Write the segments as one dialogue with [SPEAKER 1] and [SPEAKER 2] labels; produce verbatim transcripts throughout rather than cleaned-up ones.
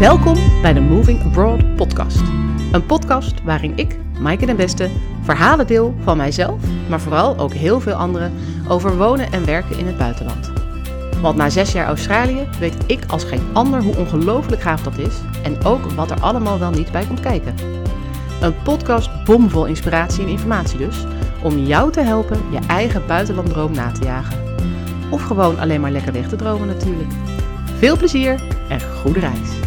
[SPEAKER 1] Welkom bij de Moving Abroad podcast. Een podcast waarin ik, Maaike den Beste, verhalen deel van mijzelf, maar vooral ook heel veel anderen over wonen en werken in het buitenland. Want na zes jaar Australië weet ik als geen ander hoe ongelooflijk gaaf dat is en ook wat er allemaal wel niet bij komt kijken. Een podcast bomvol inspiratie en informatie dus, om jou te helpen je eigen buitenlanddroom na te jagen. Of gewoon alleen maar lekker weg te dromen natuurlijk. Veel plezier en goede reis!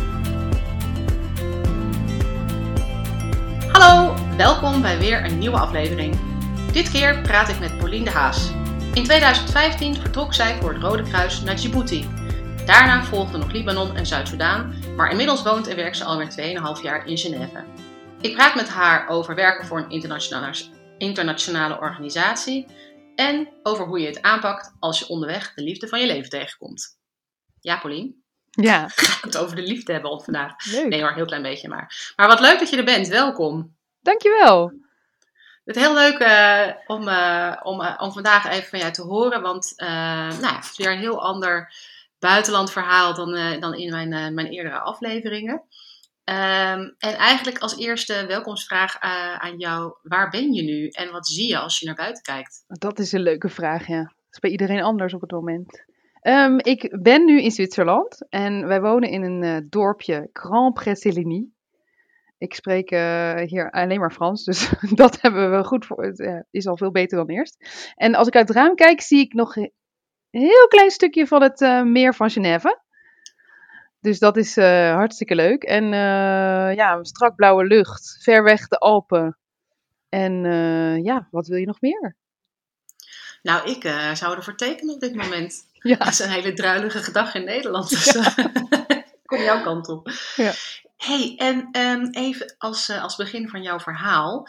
[SPEAKER 1] Hallo, welkom bij weer een nieuwe aflevering. Dit keer praat ik met Paulien de Haas. In tweeduizend vijftien vertrok zij voor het Rode Kruis naar Djibouti. Daarna volgden nog Libanon en Zuid-Soedan, maar inmiddels woont en werkt ze alweer twee komma vijf jaar in Genève. Ik praat met haar over werken voor een internationale, internationale organisatie en over hoe je het aanpakt als je onderweg de liefde van je leven tegenkomt. Ja, Paulien?
[SPEAKER 2] Ja.
[SPEAKER 1] Ga ik het over de liefde hebben vandaag?
[SPEAKER 2] Leuk.
[SPEAKER 1] Nee hoor, heel klein beetje maar. Maar wat leuk dat je er bent, welkom.
[SPEAKER 2] Dankjewel.
[SPEAKER 1] Het is heel leuk uh, om, uh, om, uh, om vandaag even van jou te horen, want uh, nou ja, het is weer een heel ander buitenlandverhaal dan, uh, dan in mijn, uh, mijn eerdere afleveringen. Um, en eigenlijk als eerste welkomstvraag uh, aan jou, waar ben je nu en wat zie je als je naar buiten kijkt?
[SPEAKER 2] Dat is een leuke vraag, ja. Dat is bij iedereen anders op het moment. Um, ik ben nu in Zwitserland en wij wonen in een uh, dorpje Grand-Pré-Séligny. Ik spreek uh, hier alleen maar Frans, dus dat hebben we goed voor. Het uh, is al veel beter dan eerst. En als ik uit het raam kijk, zie ik nog een heel klein stukje van het uh, meer van Genève. Dus dat is uh, hartstikke leuk. En uh, ja, strak blauwe lucht, ver weg de Alpen. En uh, ja, wat wil je nog meer?
[SPEAKER 1] Nou, ik uh, zou ervoor tekenen op dit moment.
[SPEAKER 2] Ja.
[SPEAKER 1] Dat is een hele druilige dag in Nederland. Dus ja. Kom jouw kant op.
[SPEAKER 2] Ja.
[SPEAKER 1] Hey, en um, even als, uh, als begin van jouw verhaal.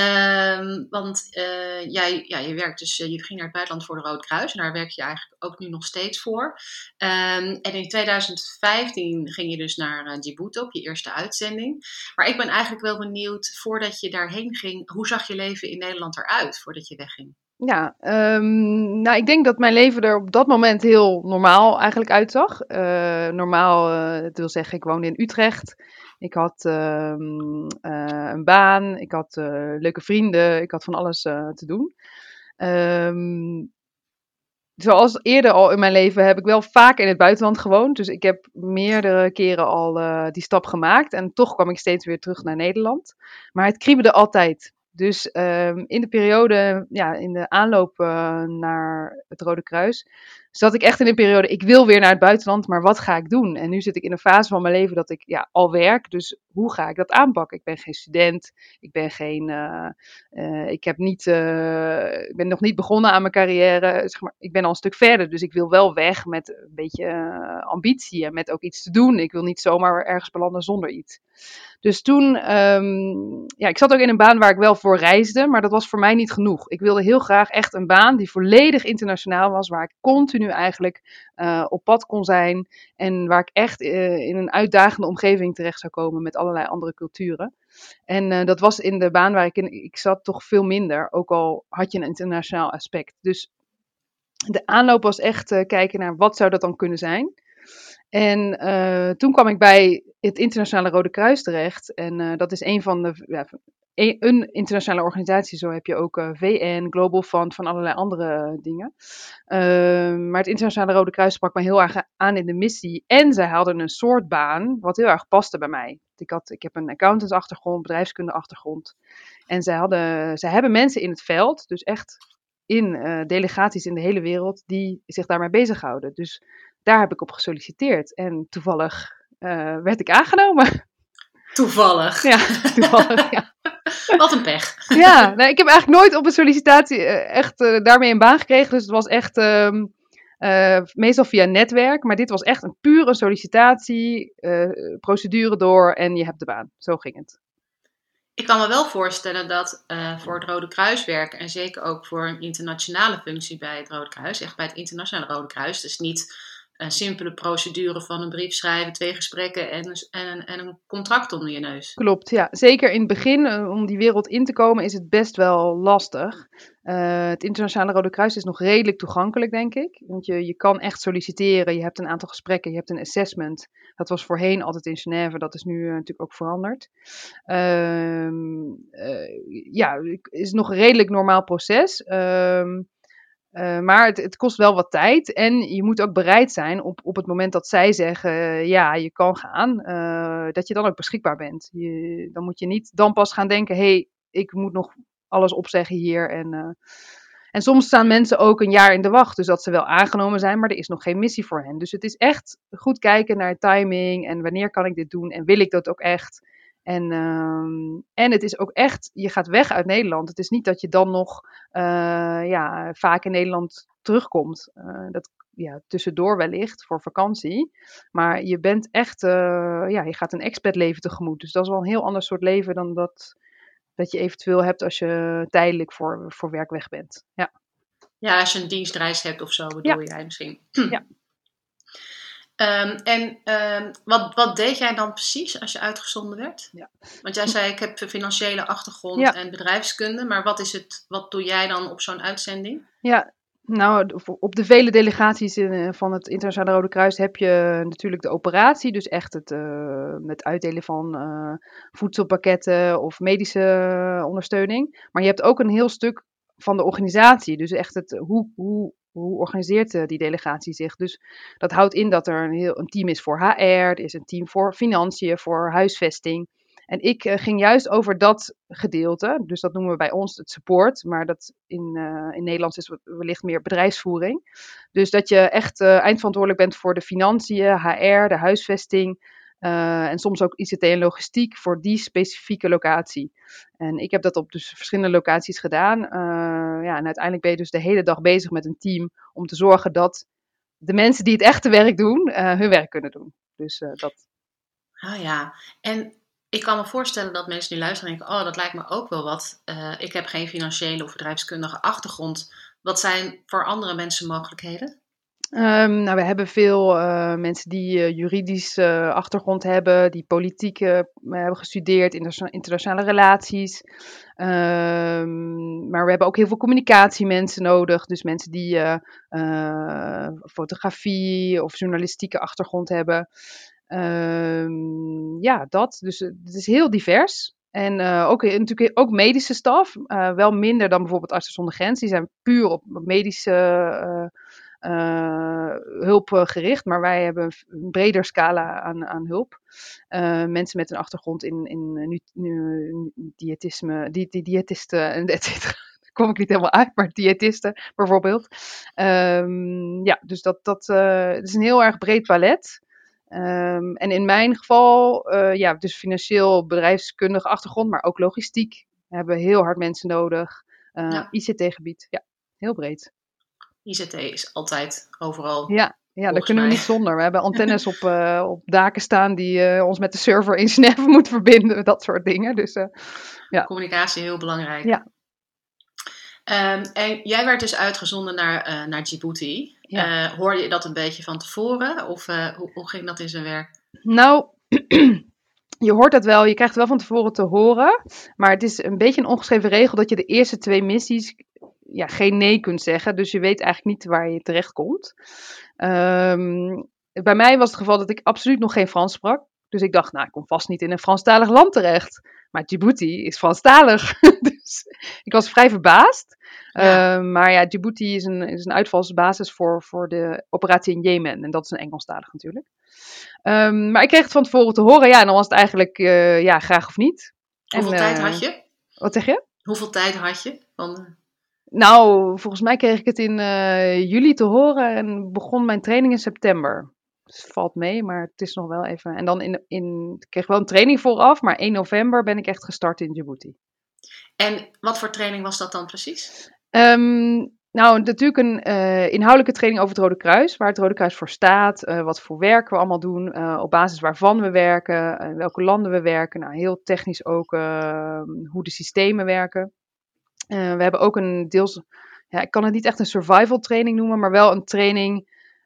[SPEAKER 1] Um, want uh, jij, ja, je werkt dus, uh, je ging naar het buitenland voor de Rode Kruis. En daar werk je eigenlijk ook nu nog steeds voor. Um, en in tweeduizend vijftien ging je dus naar uh, Djibouti op je eerste uitzending. Maar ik ben eigenlijk wel benieuwd, voordat je daarheen ging, hoe zag je leven in Nederland eruit voordat je wegging?
[SPEAKER 2] Ja, um, nou ik denk dat mijn leven er op dat moment heel normaal eigenlijk uitzag. Uh, normaal, uh, dat wil zeggen, ik woonde in Utrecht. Ik had uh, uh, een baan, ik had uh, leuke vrienden, ik had van alles uh, te doen. Um, zoals eerder al in mijn leven heb ik wel vaak in het buitenland gewoond. Dus ik heb meerdere keren al uh, die stap gemaakt. En toch kwam ik steeds weer terug naar Nederland. Maar het kriebelde altijd. Dus um, in de periode, ja, in de aanloop uh, naar het Rode Kruis, zat ik echt in een periode, ik wil weer naar het buitenland, maar wat ga ik doen? En nu zit ik in een fase van mijn leven dat ik ja, al werk, dus hoe ga ik dat aanpakken? Ik ben geen student, ik ben geen, uh, uh, ik heb niet, uh, ik ben nog niet begonnen aan mijn carrière, zeg maar, ik ben al een stuk verder, dus ik wil wel weg met een beetje uh, ambitie en met ook iets te doen. Ik wil niet zomaar ergens belanden zonder iets. Dus toen, um, ja, ik zat ook in een baan waar ik wel voor reisde, maar dat was voor mij niet genoeg. Ik wilde heel graag echt een baan die volledig internationaal was, waar ik continu eigenlijk uh, op pad kon zijn en waar ik echt uh, in een uitdagende omgeving terecht zou komen met allerlei andere culturen. En uh, dat was in de baan waar ik in ik zat toch veel minder, ook al had je een internationaal aspect. Dus de aanloop was echt uh, kijken naar wat zou dat dan kunnen zijn. En uh, toen kwam ik bij het Internationale Rode Kruis terecht. En uh, dat is een van de, ja, een, een internationale organisatie. Zo heb je ook uh, V N, Global Fund, van allerlei andere uh, dingen. Uh, maar het Internationale Rode Kruis sprak me heel erg aan in de missie. En zij hadden een soort baan wat heel erg paste bij mij. Ik, had, ik heb een accountantsachtergrond, bedrijfskundeachtergrond. En zij, hadden, zij hebben mensen in het veld, dus echt in uh, delegaties in de hele wereld, die zich daarmee bezighouden. Dus daar heb ik op gesolliciteerd en toevallig uh, werd ik aangenomen.
[SPEAKER 1] Toevallig?
[SPEAKER 2] Ja, toevallig, ja.
[SPEAKER 1] Wat een pech.
[SPEAKER 2] Ja, nou, ik heb eigenlijk nooit op een sollicitatie uh, echt uh, daarmee een baan gekregen. Dus het was echt um, uh, meestal via netwerk. Maar dit was echt een pure sollicitatie, uh, procedure door en je hebt de baan. Zo ging het.
[SPEAKER 1] Ik kan me wel voorstellen dat uh, voor het Rode Kruis werken en zeker ook voor een internationale functie bij het Rode Kruis, echt bij het Internationale Rode Kruis, dus niet
[SPEAKER 3] een simpele procedure van een brief schrijven, twee gesprekken en, en, en een contract onder je neus.
[SPEAKER 2] Klopt, ja. Zeker in het begin, uh, om die wereld in te komen, is het best wel lastig. Uh, het Internationale Rode Kruis is nog redelijk toegankelijk, denk ik. Want je, je kan echt solliciteren, je hebt een aantal gesprekken, je hebt een assessment. Dat was voorheen altijd in Genève, dat is nu uh, natuurlijk ook veranderd. Uh, uh, ja, het is nog een redelijk normaal proces. Uh, Uh, maar het, het kost wel wat tijd en je moet ook bereid zijn op, op het moment dat zij zeggen, uh, ja, je kan gaan, uh, dat je dan ook beschikbaar bent. Je, dan moet je niet dan pas gaan denken, hé, hey, ik moet nog alles opzeggen hier. En, uh, en soms staan mensen ook een jaar in de wacht, dus dat ze wel aangenomen zijn, maar er is nog geen missie voor hen. Dus het is echt goed kijken naar timing en wanneer kan ik dit doen en wil ik dat ook echt. En, um, en het is ook echt, je gaat weg uit Nederland. Het is niet dat je dan nog uh, ja, vaak in Nederland terugkomt. Uh, dat ja, tussendoor wellicht voor vakantie. Maar je bent echt, uh, ja, je gaat een expatleven tegemoet. Dus dat is wel een heel ander soort leven dan dat, dat je eventueel hebt als je tijdelijk voor, voor werk weg bent. Ja.
[SPEAKER 3] Ja, als je een dienstreis hebt of zo, bedoel
[SPEAKER 2] ja.
[SPEAKER 3] jij misschien.
[SPEAKER 2] Ja.
[SPEAKER 3] Um, en um, wat, wat deed jij dan precies als je uitgezonden werd?
[SPEAKER 2] Ja.
[SPEAKER 3] Want jij zei, ik heb financiële achtergrond
[SPEAKER 2] ja.
[SPEAKER 3] en bedrijfskunde. Maar wat is het? Wat doe jij dan op zo'n uitzending?
[SPEAKER 2] Ja, nou, op de vele delegaties in, van het Internationale Rode Kruis heb je natuurlijk de operatie. Dus echt het, uh, het uitdelen van uh, voedselpakketten of medische ondersteuning. Maar je hebt ook een heel stuk van de organisatie. Dus echt het, hoe, hoe, hoe organiseert uh, die delegatie zich? Dus dat houdt in dat er een, heel, een team is voor H R, er is een team voor financiën, voor huisvesting. En ik uh, ging juist over dat gedeelte, dus dat noemen we bij ons het support, maar dat in, uh, in Nederlands is wellicht meer bedrijfsvoering. Dus dat je echt uh, eindverantwoordelijk bent voor de financiën, H R, de huisvesting uh, en soms ook I C T en logistiek voor die specifieke locatie. En ik heb dat op dus verschillende locaties gedaan. Uh, ja, en uiteindelijk ben je dus de hele dag bezig met een team om te zorgen dat de mensen die het echte werk doen, uh, hun werk kunnen doen. Dus uh, dat.
[SPEAKER 3] Ah ja, en ik kan me voorstellen dat mensen die luisteren denken, oh, dat lijkt me ook wel wat. Uh, ik heb geen financiële of bedrijfskundige achtergrond. Wat zijn voor andere mensen mogelijkheden?
[SPEAKER 2] Um, nou, we hebben veel uh, mensen die uh, juridische uh, achtergrond hebben, die politiek uh, hebben gestudeerd, interna- internationale relaties. Um, maar we hebben ook heel veel communicatiemensen nodig. Dus mensen die uh, uh, fotografie of journalistieke achtergrond hebben. Um, ja, dat. Dus uh, het is heel divers. En uh, ook, natuurlijk ook medische staf. Uh, wel minder dan bijvoorbeeld Artsen zonder Grens. Die zijn puur op medische uh, uh, hulp uh, gericht. Maar wij hebben een breder scala aan, aan hulp. Uh, mensen met een achtergrond in, in nu, nu, diëtisme, die, die, diëtisten en et cetera. Daar kom ik niet helemaal uit, maar diëtisten bijvoorbeeld. Um, ja, dus dat, dat uh, het is een heel erg breed palet. Um, en in mijn geval, uh, ja, dus financieel bedrijfskundige achtergrond, maar ook logistiek. We hebben heel hard mensen nodig. Uh, ja. I C T-gebied, ja, heel breed.
[SPEAKER 3] I C T is altijd overal.
[SPEAKER 2] Ja, ja daar kunnen mij. we niet zonder. We hebben antennes op, uh, op daken staan die uh, ons met de server in Genève moeten verbinden. Dat soort dingen. Dus, uh, ja.
[SPEAKER 3] Communicatie heel belangrijk.
[SPEAKER 2] Ja.
[SPEAKER 3] Um, en jij werd dus uitgezonden naar, uh, naar Djibouti. Ja. Uh, hoorde je dat een beetje van tevoren? Of uh, hoe, hoe ging dat in zijn werk?
[SPEAKER 2] Nou, je hoort het wel. Je krijgt het wel van tevoren te horen. Maar het is een beetje een ongeschreven regel dat je de eerste twee missies ja, geen nee kunt zeggen. Dus je weet eigenlijk niet waar je terecht komt. Um, bij mij was het geval dat ik absoluut nog geen Frans sprak. Dus ik dacht, nou, ik kom vast niet in een Franstalig land terecht. Maar Djibouti is Franstalig. Dus ik was vrij verbaasd. Ja. Uh, maar ja, Djibouti is een, is een uitvalsbasis voor, voor de operatie in Jemen. En dat is een Engelstalig natuurlijk. Um, maar ik kreeg het van tevoren te horen. Ja, en dan was het eigenlijk, uh, ja, graag of niet.
[SPEAKER 3] Hoeveel
[SPEAKER 2] en,
[SPEAKER 3] tijd
[SPEAKER 2] uh,
[SPEAKER 3] had je?
[SPEAKER 2] Wat zeg je?
[SPEAKER 3] Hoeveel tijd had je? Van...
[SPEAKER 2] Nou, volgens mij kreeg ik het in uh, juli te horen. En begon mijn training in september. Dus het valt mee, maar het is nog wel even... En dan in, in, ik kreeg wel een training vooraf, maar één november ben ik echt gestart in Djibouti.
[SPEAKER 3] En wat voor training was dat dan precies?
[SPEAKER 2] Um, nou, natuurlijk een uh, inhoudelijke training over het Rode Kruis, waar het Rode Kruis voor staat, uh, wat voor werk we allemaal doen, uh, op basis waarvan we werken, uh, welke landen we werken. Nou, heel technisch ook uh, hoe de systemen werken. Uh, we hebben ook een deels, ja, ik kan het niet echt een survival training noemen, maar wel een training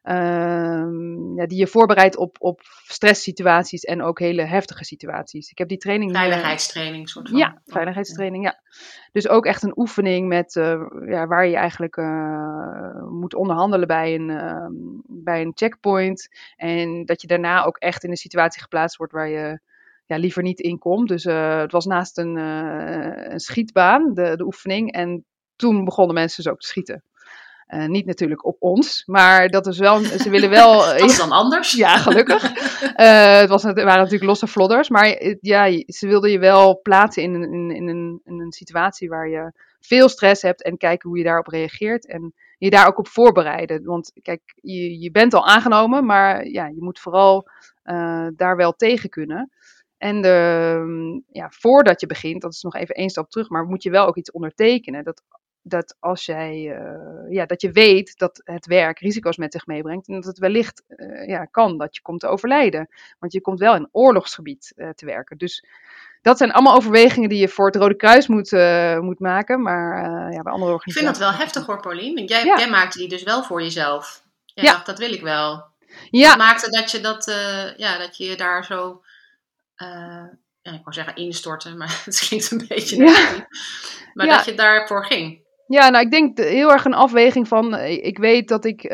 [SPEAKER 2] Um, ja, die je voorbereidt op, op stresssituaties en ook hele heftige situaties. Ik heb die training...
[SPEAKER 3] Veiligheidstraining, soort van.
[SPEAKER 2] Ja, veiligheidstraining, ja. Dus ook echt een oefening met, uh, ja, waar je eigenlijk uh, moet onderhandelen bij een, uh, bij een checkpoint. En dat je daarna ook echt in een situatie geplaatst wordt waar je ja, liever niet in komt. Dus uh, het was naast een, uh, een schietbaan, de, de oefening. En toen begonnen mensen dus ook te schieten. Uh, niet natuurlijk op ons, maar dat is wel, ze willen wel...
[SPEAKER 3] Dat is dan anders.
[SPEAKER 2] Ja, gelukkig. Uh, het, was, het waren natuurlijk losse flodders, maar ja, ze wilden je wel plaatsen in, in, in, een, in een situatie waar je veel stress hebt en kijken hoe je daarop reageert en je daar ook op voorbereiden. Want kijk, je, je bent al aangenomen, maar ja, je moet vooral uh, daar wel tegen kunnen. En de, ja, voordat je begint, dat is nog even één stap terug, maar moet je wel ook iets ondertekenen. Dat Dat als jij, uh, ja, dat je weet dat het werk risico's met zich meebrengt. En dat het wellicht uh, ja, kan dat je komt te overlijden. Want je komt wel in oorlogsgebied uh, te werken. Dus dat zijn allemaal overwegingen die je voor het Rode Kruis moet, uh, moet maken. Maar uh, ja, bij andere organisaties...
[SPEAKER 3] Ik vind dat wel heftig hoor, Paulien. Want jij,
[SPEAKER 2] ja.
[SPEAKER 3] jij maakte die dus wel voor jezelf. Jij
[SPEAKER 2] ja.
[SPEAKER 3] dacht, dat wil ik wel.
[SPEAKER 2] Ja.
[SPEAKER 3] Wat maakte dat je, dat, uh, ja, dat je daar zo... Uh, ja, ik wou zeggen instorten, maar het klinkt een beetje negatief. Ja. Maar ja. dat je daarvoor ging.
[SPEAKER 2] Ja, nou ik denk de, heel erg een afweging van, ik weet dat ik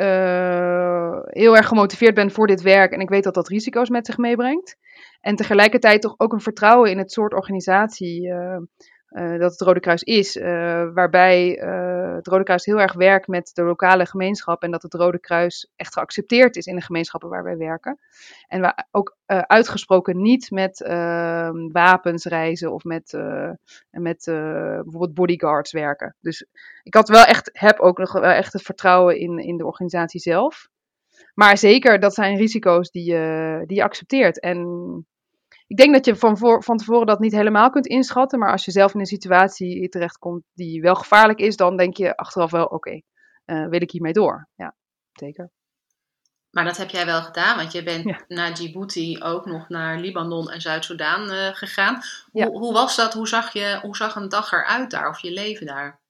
[SPEAKER 2] uh, heel erg gemotiveerd ben voor dit werk en ik weet dat dat risico's met zich meebrengt. En tegelijkertijd toch ook een vertrouwen in het soort organisatie uh, uh, dat het Rode Kruis is. Uh, waarbij uh, het Rode Kruis heel erg werkt met de lokale gemeenschap en dat het Rode Kruis echt geaccepteerd is in de gemeenschappen waar wij werken. En waar ook uh, uitgesproken niet met uh, wapens reizen of met, uh, met uh, bijvoorbeeld bodyguards werken. Dus ik had wel echt, heb ook nog wel echt het vertrouwen in, in de organisatie zelf. Maar zeker, dat zijn risico's die je, die je accepteert. En ik denk dat je van, voor, van tevoren dat niet helemaal kunt inschatten. Maar als je zelf in een situatie terechtkomt die wel gevaarlijk is, dan denk je achteraf wel, oké, okay, uh, wil ik hiermee door? Ja, zeker.
[SPEAKER 3] Maar dat heb jij wel gedaan, want je bent
[SPEAKER 2] ja.
[SPEAKER 3] na Djibouti ook nog naar Libanon en Zuid-Soedan uh, gegaan. Hoe,
[SPEAKER 2] Ja.
[SPEAKER 3] hoe was dat? Hoe zag, je, hoe zag een dag eruit daar of je leven daar?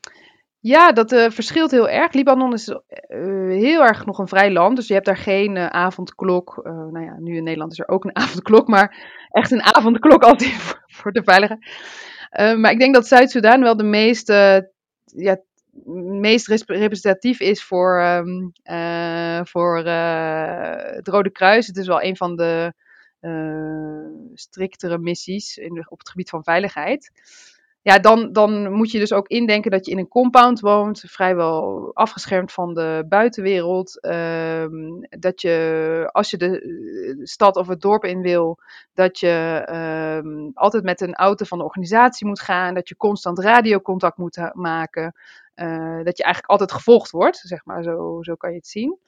[SPEAKER 2] Ja, dat uh, verschilt heel erg. Libanon is uh, heel erg nog een vrij land, dus je hebt daar geen uh, avondklok. Uh, nou ja, nu in Nederland is er ook een avondklok, maar echt een avondklok altijd voor, voor de veiligheid. Uh, maar ik denk dat Zuid-Soedan wel de meest, uh, ja, meest representatief is voor, um, uh, voor uh, het Rode Kruis. Het is wel een van de uh, striktere missies in de, op het gebied van veiligheid. Ja, dan, dan moet je dus ook indenken dat je in een compound woont, vrijwel afgeschermd van de buitenwereld. Um, dat je, als je de stad of het dorp in wil, dat je um, altijd met een auto van de organisatie moet gaan. Dat je constant radiocontact moet ha- maken. Uh, dat je eigenlijk altijd gevolgd wordt, zeg maar, zo, zo kan je het zien.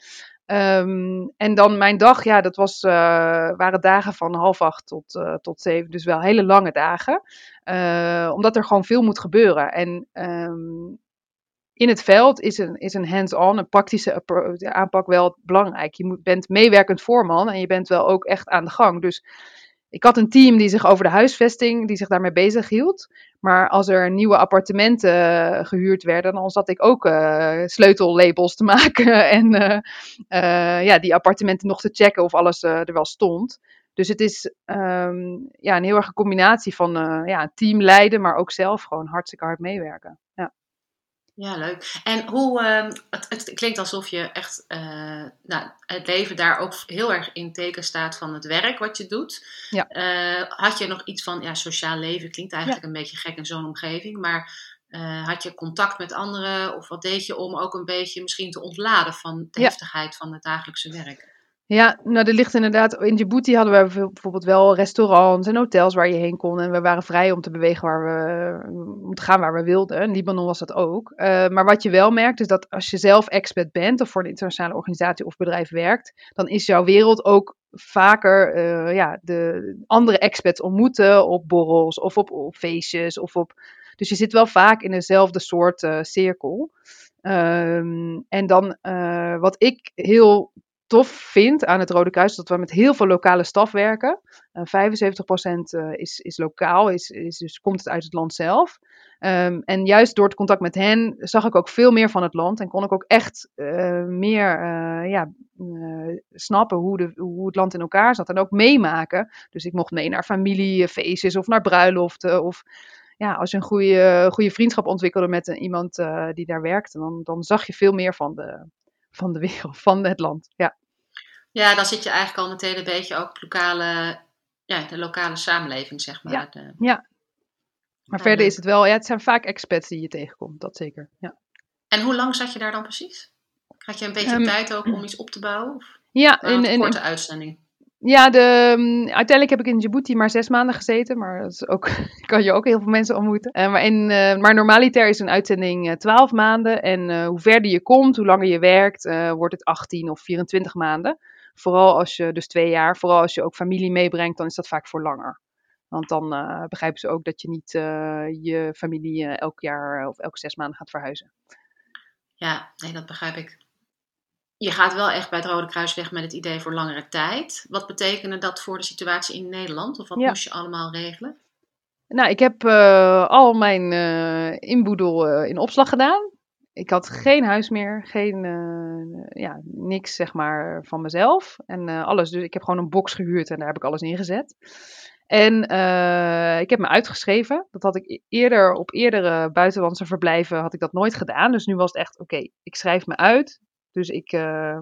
[SPEAKER 2] Um, en dan mijn dag, ja, dat was, uh, waren dagen van half acht tot, uh, tot zeven, dus wel hele lange dagen. Uh, omdat er gewoon veel moet gebeuren. En um, in het veld is een, is een hands-on, een praktische aanpak wel belangrijk. Je moet, bent meewerkend voorman en je bent wel ook echt aan de gang. Dus ik had een team die zich over de huisvesting, die zich daarmee bezig hield. Maar als er nieuwe appartementen uh, gehuurd werden, dan zat ik ook uh, sleutellabels te maken. En uh, uh, ja, die appartementen nog te checken of alles uh, er wel stond. Dus het is um, ja, een heel erg een combinatie van uh, ja, team leiden, maar ook zelf gewoon hartstikke hard meewerken. Ja.
[SPEAKER 3] Ja, leuk. En hoe, uh, het, het klinkt alsof je echt uh, nou, het leven daar ook heel erg in teken staat van het werk wat je doet.
[SPEAKER 2] Ja.
[SPEAKER 3] Uh, had je nog iets van, ja, sociaal leven klinkt eigenlijk
[SPEAKER 2] ja.
[SPEAKER 3] een beetje gek in zo'n omgeving, maar uh, had je contact met anderen of wat deed je om ook een beetje misschien te ontladen van de
[SPEAKER 2] ja.
[SPEAKER 3] heftigheid van het dagelijkse werk?
[SPEAKER 2] Ja, nou er ligt inderdaad, in Djibouti hadden we bijvoorbeeld wel restaurants en hotels waar je heen kon. En we waren vrij om te bewegen waar we, om te gaan waar we wilden. In Libanon was dat ook. Uh, maar wat je wel merkt is dat als je zelf expat bent of voor een internationale organisatie of bedrijf werkt, dan is jouw wereld ook vaker uh, ja, de andere expats ontmoeten op borrels of op, op feestjes. Of op, dus je zit wel vaak in dezelfde soort uh, cirkel. Um, en dan uh, wat ik heel tof vind aan het Rode Kruis, dat we met heel veel lokale staf werken. Uh, vijfenzeventig procent uh, is, is lokaal, is, is, dus komt het uit het land zelf. Um, en juist door het contact met hen zag ik ook veel meer van het land en kon ik ook echt uh, meer uh, ja, uh, snappen hoe, de, hoe het land in elkaar zat en ook meemaken. Dus ik mocht mee naar familiefeestjes of naar bruiloften of ja, als je een goede, goede vriendschap ontwikkelde met uh, iemand uh, die daar werkte, dan, dan zag je veel meer van de, van de wereld, van het land. Ja.
[SPEAKER 3] Ja, dan zit je eigenlijk al meteen een beetje ook lokale, ja, de lokale samenleving, zeg maar.
[SPEAKER 2] Ja,
[SPEAKER 3] de...
[SPEAKER 2] ja. Maar
[SPEAKER 3] ja,
[SPEAKER 2] verder
[SPEAKER 3] leuk.
[SPEAKER 2] is het wel, ja, het zijn vaak expats die je tegenkomt, dat zeker. Ja.
[SPEAKER 3] En hoe lang zat je daar dan precies? Had je een beetje um, tijd ook om iets op te bouwen? Of?
[SPEAKER 2] Ja,
[SPEAKER 3] een
[SPEAKER 2] in,
[SPEAKER 3] korte
[SPEAKER 2] in,
[SPEAKER 3] uitzending.
[SPEAKER 2] Ja, de, um, uiteindelijk heb ik in Djibouti maar zes maanden gezeten, maar dat is ook, kan je ook heel veel mensen ontmoeten. Uh, maar, in, uh, maar normaliter is een uitzending uh, twaalf maanden en uh, hoe verder je komt, hoe langer je werkt, uh, wordt het achttien of vierentwintig maanden. Vooral als je, dus twee jaar, vooral als je ook familie meebrengt, dan is dat vaak voor langer. Want dan uh, begrijpen ze ook dat je niet uh, je familie uh, elk jaar of elke zes maanden gaat verhuizen.
[SPEAKER 3] Ja, nee, dat begrijp ik. Je gaat wel echt bij het Rode Kruis weg met het idee voor langere tijd. Wat betekende dat voor de situatie in Nederland? Of wat ja. moest je allemaal regelen?
[SPEAKER 2] Nou, ik heb uh, al mijn uh, inboedel uh, in opslag gedaan. Ik had geen huis meer, geen, uh, ja, niks zeg maar van mezelf. En uh, alles, dus ik heb gewoon een box gehuurd en daar heb ik alles in gezet. En uh, ik heb me uitgeschreven. Dat had ik eerder, op eerdere buitenlandse verblijven had ik dat nooit gedaan. Dus nu was het echt, oké, okay, ik schrijf me uit. Dus ik, uh,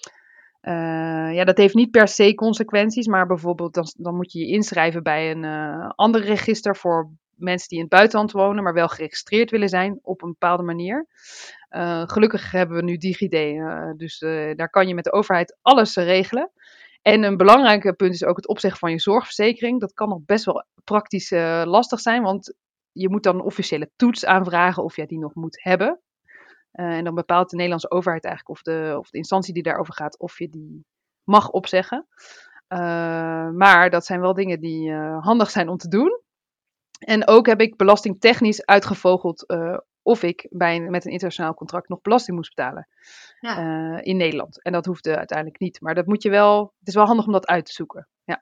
[SPEAKER 2] uh, ja, dat heeft niet per se consequenties, maar bijvoorbeeld dan, dan moet je je inschrijven bij een uh, ander register voor mensen die in het buitenland wonen, maar wel geregistreerd willen zijn op een bepaalde manier. Uh, gelukkig hebben we nu DigiD, uh, dus uh, daar kan je met de overheid alles uh, regelen. En een belangrijk punt is ook het opzeggen van je zorgverzekering. Dat kan nog best wel praktisch uh, lastig zijn, want je moet dan een officiële toets aanvragen of jij die nog moet hebben. Uh, en dan bepaalt de Nederlandse overheid eigenlijk of de, of de instantie die daarover gaat, of je die mag opzeggen. Uh, maar dat zijn wel dingen die uh, handig zijn om te doen. En ook heb ik belastingtechnisch uitgevogeld uh, of ik bij een, met een internationaal contract nog belasting moest betalen. Ja. Uh, in Nederland. En dat hoefde uiteindelijk niet. Maar dat moet je wel, het is wel handig om dat uit te zoeken. Ja.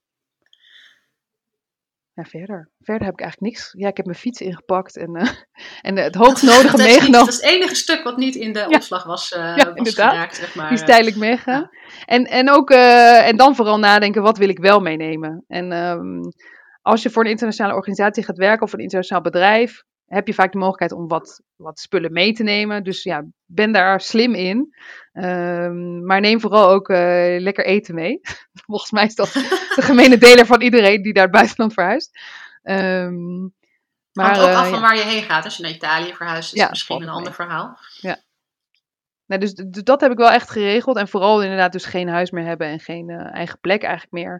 [SPEAKER 2] Ja, verder. Verder heb ik eigenlijk niks. Ja, ik heb mijn fiets ingepakt en, uh, en het hoogstnodige meegenomen.
[SPEAKER 3] Dat is het enige stuk wat niet in de ja. opslag was, uh,
[SPEAKER 2] ja,
[SPEAKER 3] was geraakt, zeg maar.
[SPEAKER 2] Die is tijdelijk meegegaan. Ja. En, en, ook, uh, en dan vooral nadenken, wat wil ik wel meenemen? En um, als je voor een internationale organisatie gaat werken of een internationaal bedrijf, heb je vaak de mogelijkheid om wat, wat spullen mee te nemen. Dus ja, ben daar slim in. Um, maar neem vooral ook uh, lekker eten mee. Volgens mij is dat de gemene deler van iedereen die naar het buitenland verhuist. Um,
[SPEAKER 3] maar Hangt ook uh, af van ja. waar je heen gaat. Als je naar Italië verhuist, is ja, misschien een ander mee. verhaal.
[SPEAKER 2] Ja. Nou, dus, dus dat heb ik wel echt geregeld. En vooral inderdaad dus geen huis meer hebben en geen uh, eigen plek eigenlijk meer.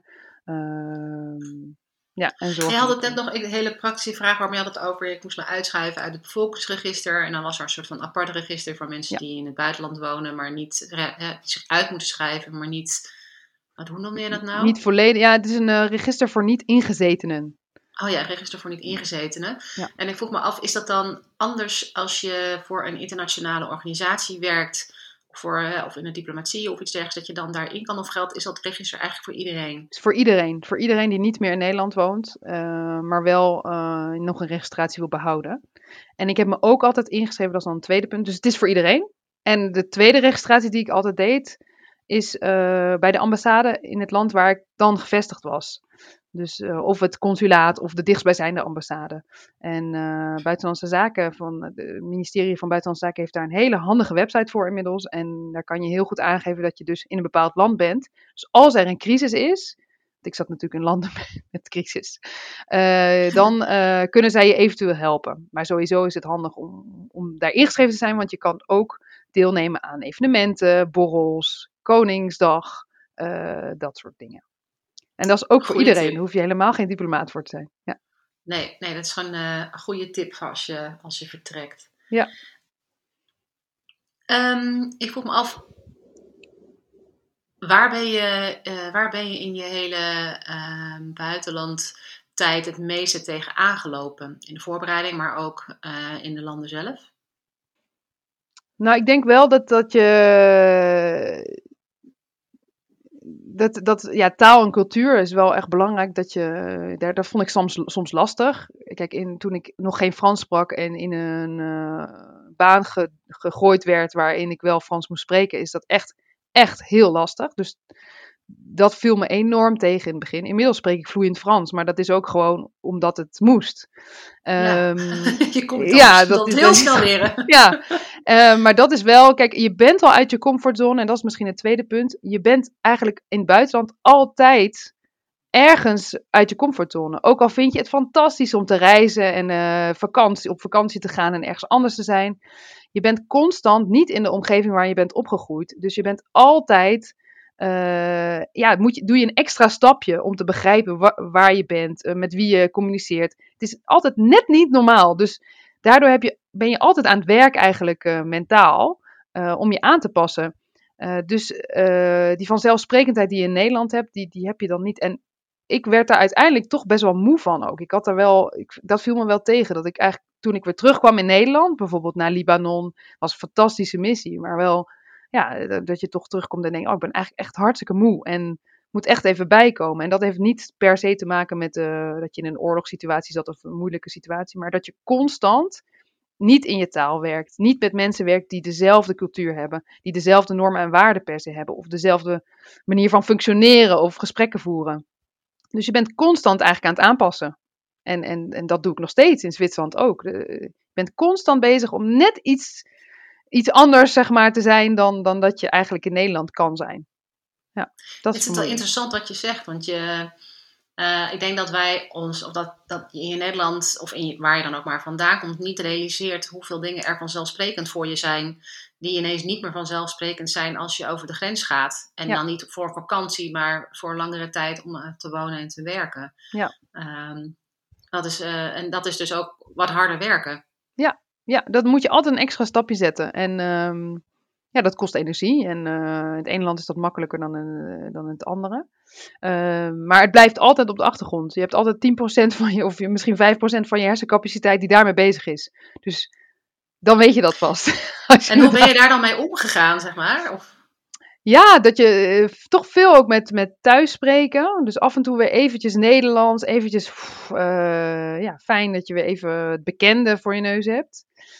[SPEAKER 2] Um, Ja, en
[SPEAKER 3] je had het net nog een hele praktische vraag waarmee je had het over. Ik moest me uitschrijven uit het bevolkingsregister. En dan was er een soort van apart register voor mensen ja. die in het buitenland wonen, maar niet die zich uit moeten schrijven, maar niet. Wat, hoe noemde je dat nou?
[SPEAKER 2] Niet volledig. Ja, het is een uh, register voor niet-ingezetenen.
[SPEAKER 3] Oh ja, register voor niet-ingezetenen. Ja. En ik vroeg me af, is dat dan anders als je voor een internationale organisatie werkt? Voor, uh, of in de diplomatie of iets dergelijks, dat je dan daarin kan? Of geldt, is dat register eigenlijk voor iedereen?
[SPEAKER 2] Het is voor iedereen. Voor iedereen die niet meer in Nederland woont, uh, maar wel uh, nog een registratie wil behouden. En ik heb me ook altijd ingeschreven, dat is dan een tweede punt. Dus het is voor iedereen. En de tweede registratie die ik altijd deed, is uh, bij de ambassade in het land waar ik dan gevestigd was. Dus uh, of het consulaat of de dichtstbijzijnde ambassade. En uh, Buitenlandse Zaken van het ministerie van Buitenlandse Zaken heeft daar een hele handige website voor inmiddels. En daar kan je heel goed aangeven dat je dus in een bepaald land bent. Dus als er een crisis is, ik zat natuurlijk in landen met crisis, uh, dan uh, kunnen zij je eventueel helpen. Maar sowieso is het handig om, om daar ingeschreven te zijn, want je kan ook deelnemen aan evenementen, borrels, Koningsdag, uh, dat soort dingen. En dat is ook voor
[SPEAKER 3] goeie
[SPEAKER 2] iedereen.
[SPEAKER 3] Tip.
[SPEAKER 2] Daar hoef je helemaal geen diplomaat voor te zijn. Ja.
[SPEAKER 3] Nee, nee, dat is gewoon uh, een goede tip voor als je, als je vertrekt.
[SPEAKER 2] Ja.
[SPEAKER 3] Um, ik vroeg me af, waar ben je, uh, waar ben je in je hele uh, buitenlandtijd het meeste tegen aangelopen? In de voorbereiding, maar ook uh, in de landen zelf?
[SPEAKER 2] Nou, ik denk wel dat, dat je... dat, dat, ja, taal en cultuur is wel echt belangrijk. Dat je, daar, dat vond ik soms, soms lastig. Kijk, in, toen ik nog geen Frans sprak en in een uh, baan ge, gegooid werd waarin ik wel Frans moest spreken, is dat echt, echt heel lastig. Dus dat viel me enorm tegen in het begin. Inmiddels spreek ik vloeiend Frans, maar dat is ook gewoon omdat het moest.
[SPEAKER 3] Ja.
[SPEAKER 2] Um,
[SPEAKER 3] je komt
[SPEAKER 2] ja,
[SPEAKER 3] dat, dat is heel snel leren.
[SPEAKER 2] Ja, uh, maar dat is wel, kijk, je bent al uit je comfortzone en dat is misschien het tweede punt. Je bent eigenlijk in het buitenland altijd ergens uit je comfortzone. Ook al vind je het fantastisch om te reizen en uh, vakantie, op vakantie te gaan en ergens anders te zijn. Je bent constant niet in de omgeving waar je bent opgegroeid. Dus je bent altijd... Uh, ja, moet je, doe je een extra stapje om te begrijpen wa- waar je bent, uh, met wie je communiceert. Het is altijd net niet normaal. Dus daardoor heb je, ben je altijd aan het werk eigenlijk uh, mentaal uh, om je aan te passen. Uh, dus uh, die vanzelfsprekendheid die je in Nederland hebt, die, die heb je dan niet. En ik werd daar uiteindelijk toch best wel moe van ook. Ik had daar wel, ik, dat viel me wel tegen. Dat ik eigenlijk, toen ik weer terugkwam in Nederland, bijvoorbeeld naar Libanon, was een fantastische missie, maar wel... Ja, dat je toch terugkomt en denkt, oh, ik ben eigenlijk echt hartstikke moe en moet echt even bijkomen. En dat heeft niet per se te maken met uh, dat je in een oorlogssituatie zat of een moeilijke situatie, maar dat je constant niet in je taal werkt, niet met mensen werkt die dezelfde cultuur hebben, die dezelfde normen en waarden per se hebben, of dezelfde manier van functioneren of gesprekken voeren. Dus je bent constant eigenlijk aan het aanpassen. En, en, en dat doe ik nog steeds in Zwitserland ook. Je bent constant bezig om net iets... iets anders, zeg maar, te zijn dan, dan dat je eigenlijk in Nederland kan zijn. Ja, dat is
[SPEAKER 3] het is wel interessant wat je zegt, want je, uh, ik denk dat wij ons, of dat, dat je in Nederland, of in, waar je dan ook maar vandaan komt, niet realiseert hoeveel dingen er vanzelfsprekend voor je zijn, die ineens niet meer vanzelfsprekend zijn als je over de grens gaat. En ja. dan niet voor vakantie, maar voor langere tijd om uh, te wonen en te werken.
[SPEAKER 2] Ja.
[SPEAKER 3] Um, dat is, uh, en dat is dus ook wat harder werken.
[SPEAKER 2] Ja. Ja, dat moet je altijd een extra stapje zetten. En um, ja, dat kost energie. En uh, in het ene land is dat makkelijker dan in, dan in het andere. Uh, maar het blijft altijd op de achtergrond. Je hebt altijd tien procent van je, of misschien vijf procent van je hersencapaciteit die daarmee bezig is. Dus dan weet je dat vast.
[SPEAKER 3] En hoe ben je daar dan mee omgegaan, zeg maar? Of...
[SPEAKER 2] Ja, dat je uh, toch veel ook met, met thuisspreken. Dus af en toe weer eventjes Nederlands. Eventjes, pff, uh, ja, fijn dat je weer even het bekende voor je neus hebt.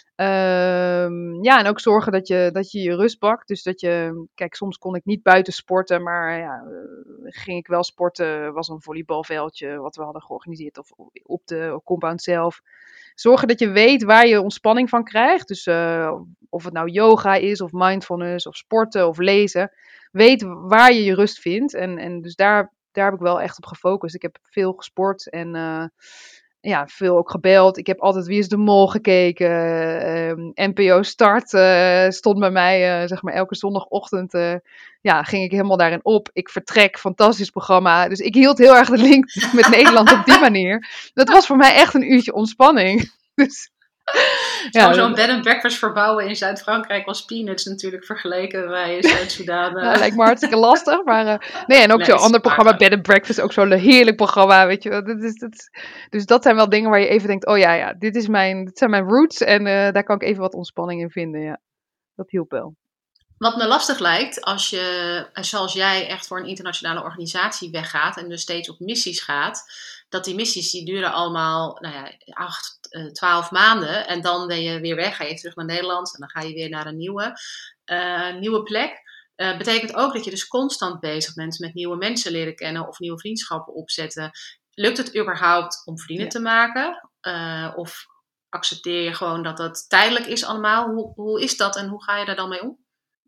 [SPEAKER 2] Um, ja, en ook zorgen dat je, dat je je rust pakt. Dus dat je, kijk, soms kon ik niet buiten sporten, maar ja, uh, ging ik wel sporten. Was een volleybalveldje wat we hadden georganiseerd of op de compound zelf. Zorgen dat je weet waar je ontspanning van krijgt. Dus uh, of het nou yoga is, of mindfulness, of sporten, of lezen. Weet waar je je rust vindt. En, en dus daar, daar heb ik wel echt op gefocust. Ik heb veel gesport en uh, ja, veel ook gebeld. Ik heb altijd Wie is de Mol gekeken. Uh, N P O Start uh, stond bij mij, uh, zeg maar elke zondagochtend. Uh, ja, ging ik helemaal daarin op. Ik vertrek, fantastisch programma. Dus ik hield heel erg de link met Nederland op die manier. Dat was voor mij echt een uurtje ontspanning. Dus,
[SPEAKER 3] ja, zo'n bed and breakfast verbouwen in Zuid-Frankrijk was peanuts natuurlijk vergeleken bij Zuid-Soedan.
[SPEAKER 2] Ja, lijkt me hartstikke lastig. Maar, uh, nee, en ook nee, zo'n ander programma, waar. Bed and breakfast, ook zo'n heerlijk programma, weet je wel. Dat is, dat is, dus dat zijn wel dingen waar je even denkt, oh ja, ja, dit, is mijn, dit zijn mijn roots en uh, daar kan ik even wat ontspanning in vinden. Ja, dat hielp wel.
[SPEAKER 3] Wat me lastig lijkt, als je, zoals jij, echt voor een internationale organisatie weggaat en dus steeds op missies gaat, dat die missies die duren allemaal, nou ja, acht, twaalf maanden en dan ben je weer weg, ga je terug naar Nederland en dan ga je weer naar een nieuwe, uh, nieuwe plek. Uh, betekent ook dat je dus constant bezig bent met nieuwe mensen leren kennen of nieuwe vriendschappen opzetten. Lukt het überhaupt om vrienden ja. te maken? Uh, of accepteer je gewoon dat dat tijdelijk is allemaal? Hoe, hoe is dat en hoe ga je daar dan mee om?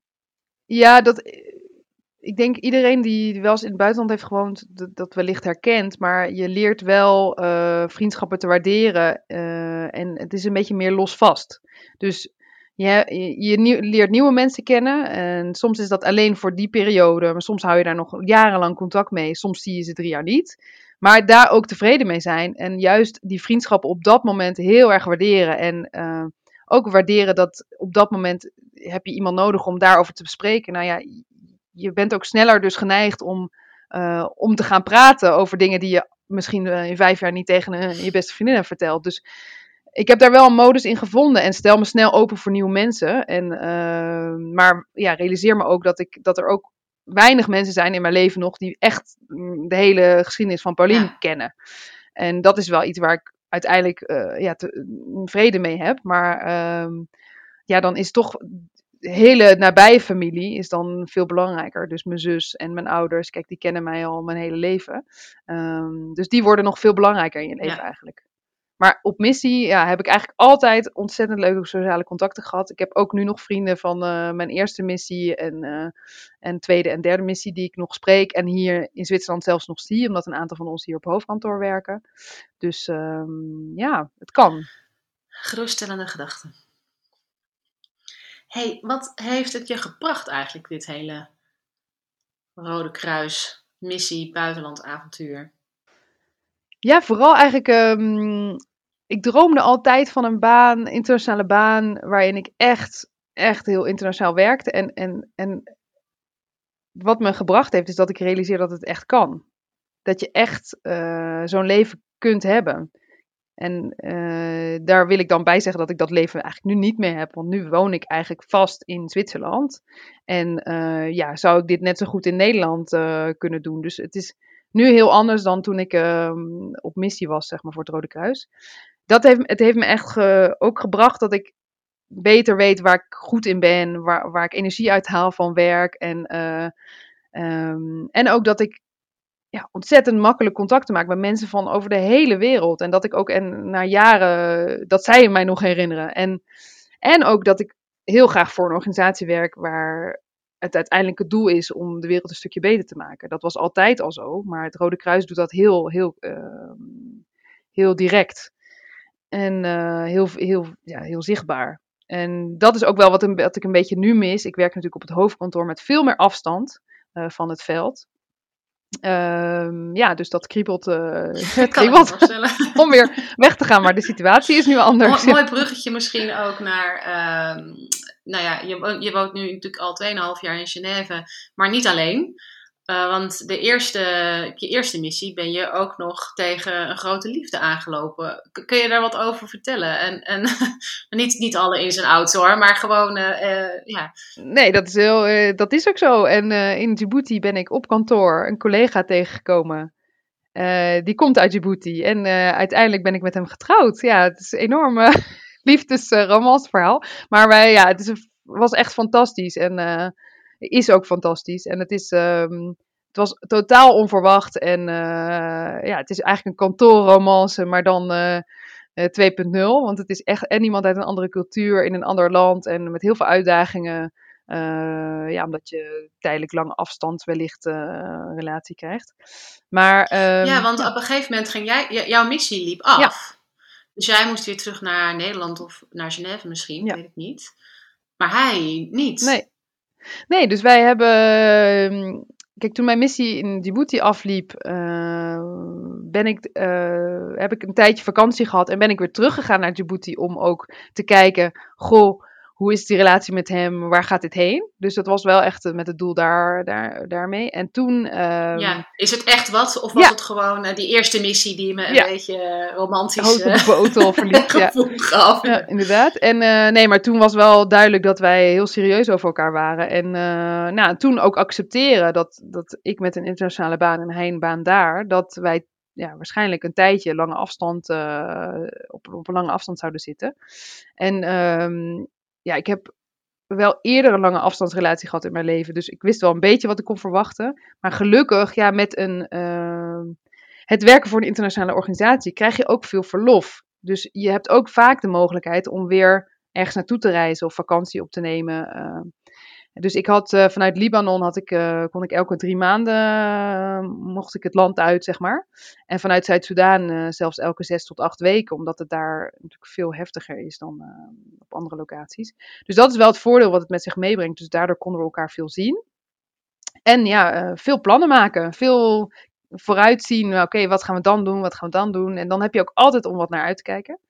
[SPEAKER 2] Ja, dat, ik denk iedereen die wel eens in het buitenland heeft gewoond, dat, dat wellicht herkent. Maar je leert wel uh, vriendschappen te waarderen uh, en het is een beetje meer losvast. Dus je, je, je nieuw, leert nieuwe mensen kennen en soms is dat alleen voor die periode. Maar soms hou je daar nog jarenlang contact mee. Soms zie je ze drie jaar niet. Maar daar ook tevreden mee zijn en juist die vriendschappen op dat moment heel erg waarderen. En uh, ook waarderen dat op dat moment heb je iemand nodig om daarover te bespreken. Nou ja, je bent ook sneller dus geneigd om, uh, om te gaan praten over dingen die je misschien uh, in vijf jaar niet tegen uh, je beste vriendin hebt verteld. Dus ik heb daar wel een modus in gevonden en stel me snel open voor nieuwe mensen. En, uh, maar ja, realiseer me ook dat, ik, dat er ook weinig mensen zijn in mijn leven nog die echt de hele geschiedenis van Pauline
[SPEAKER 3] Ja.
[SPEAKER 2] kennen. En dat is wel iets waar ik uiteindelijk uh, ja, te, vrede mee heb. Maar uh, ja, dan is toch de hele nabije familie is dan veel belangrijker. Dus mijn zus en mijn ouders, kijk, die kennen mij al mijn hele leven. Um, dus die worden nog veel belangrijker in je leven ja. eigenlijk. Maar op missie ja, heb ik eigenlijk altijd ontzettend leuke sociale contacten gehad. Ik heb ook nu nog vrienden van uh, mijn eerste missie en, uh, en tweede en derde missie die ik nog spreek. En hier in Zwitserland zelfs nog zie, omdat een aantal van ons hier op hoofdkantoor werken. Dus um, ja, het kan.
[SPEAKER 3] Geruststellende gedachten. Hey, wat heeft het je gebracht eigenlijk, dit hele Rode Kruis missie buitenland avontuur?
[SPEAKER 2] Ja, vooral eigenlijk, um, ik droomde altijd van een baan, internationale baan, waarin ik echt, echt heel internationaal werkte. En, en, en wat me gebracht heeft, is dat ik realiseer dat het echt kan. Dat je echt uh, zo'n leven kunt hebben. En uh, daar wil ik dan bij zeggen dat ik dat leven eigenlijk nu niet meer heb. Want nu woon ik eigenlijk vast in Zwitserland. En uh, ja, zou ik dit net zo goed in Nederland uh, kunnen doen. Dus het is nu heel anders dan toen ik uh, op missie was, zeg maar, voor het Rode Kruis. Dat heeft, het heeft me echt ge, ook gebracht dat ik beter weet waar ik goed in ben. Waar, waar ik energie uit haal van werk. En, uh, um, en ook dat ik ja, ontzettend makkelijk contacten maak met mensen van over de hele wereld. En dat ik ook en, na jaren, dat zij mij nog herinneren. En, en ook dat ik heel graag voor een organisatie werk waar het uiteindelijk het doel is om de wereld een stukje beter te maken. Dat was altijd al zo, maar het Rode Kruis doet dat heel, heel, uh, heel direct. En uh, heel, heel, ja, heel zichtbaar. En dat is ook wel wat, een, wat ik een beetje nu mis. Ik werk natuurlijk op het hoofdkantoor met veel meer afstand uh, van het veld. Um, ja, dus dat kriebelt, uh, het kriebelt om weer weg te gaan, maar de situatie is nu anders.
[SPEAKER 3] Mooi, mooi bruggetje misschien ook naar, uh, nou ja, je, je woont nu natuurlijk al twee en een half jaar in Genève, maar niet alleen. Uh, want de eerste, je eerste missie ben je ook nog tegen een grote liefde aangelopen. Kun je daar wat over vertellen? En, en niet, niet alle ins en outs hoor, maar gewoon, uh, ja.
[SPEAKER 2] Nee, dat is, heel, uh, dat is ook zo. En uh, in Djibouti ben ik op kantoor een collega tegengekomen. Uh, die komt uit Djibouti. En uh, uiteindelijk ben ik met hem getrouwd. Ja, het is een enorm uh, liefdes-romansverhaal. Maar wij, ja, het is een, was echt fantastisch. En uh, is ook fantastisch. En het is... Um, Het was totaal onverwacht en uh, ja, het is eigenlijk een kantoorromance, maar dan uh, uh, twee punt nul. Want het is echt en iemand uit een andere cultuur, in een ander land en met heel veel uitdagingen. Uh, ja, omdat je tijdelijk lange afstand wellicht uh, een relatie krijgt. Maar, um,
[SPEAKER 3] ja, want
[SPEAKER 2] ja.
[SPEAKER 3] op een gegeven moment ging jij, j- jouw missie liep af.
[SPEAKER 2] Ja.
[SPEAKER 3] Dus jij moest weer terug naar Nederland of naar Genève misschien,
[SPEAKER 2] Ja.
[SPEAKER 3] weet ik niet. Maar hij niet.
[SPEAKER 2] Nee. Nee, dus wij hebben... Kijk, toen mijn missie in Djibouti afliep, uh, ben ik, uh, heb ik een tijdje vakantie gehad en ben ik weer teruggegaan naar Djibouti om ook te kijken, goh, hoe is die relatie met hem, waar gaat dit heen? Dus dat was wel echt uh, met het doel daar, daar, daarmee. En toen... Um,
[SPEAKER 3] ja, is het echt wat? Of was
[SPEAKER 2] ja.
[SPEAKER 3] het gewoon uh, die eerste missie die me een
[SPEAKER 2] ja.
[SPEAKER 3] beetje romantisch...
[SPEAKER 2] Hoog op de botel verliefd, ja.
[SPEAKER 3] gaf.
[SPEAKER 2] Ja, inderdaad. En uh, nee, maar toen was wel duidelijk dat wij heel serieus over elkaar waren. En uh, nou, toen ook accepteren dat, dat ik met een internationale baan en hij een baan daar, dat wij ja, waarschijnlijk een tijdje lange afstand, uh, op, op een lange afstand zouden zitten. En um, ja, ik heb wel eerder een lange afstandsrelatie gehad in mijn leven. Dus ik wist wel een beetje wat ik kon verwachten. Maar gelukkig, ja, met een, uh, het werken voor een internationale organisatie krijg je ook veel verlof. Dus je hebt ook vaak de mogelijkheid om weer ergens naartoe te reizen of vakantie op te nemen. Uh, dus ik had uh, vanuit Libanon had ik, uh, kon ik elke drie maanden uh, mocht ik het land uit, zeg maar. En vanuit Zuid-Soedan uh, zelfs elke zes tot acht weken, omdat het daar natuurlijk veel heftiger is dan uh, op andere locaties. Dus dat is wel het voordeel wat het met zich meebrengt. Dus daardoor konden we elkaar veel zien. En ja, uh, veel plannen maken, veel vooruitzien. Oké, okay, wat gaan we dan doen? Wat gaan we dan doen? En dan heb je ook altijd om wat naar uit te kijken.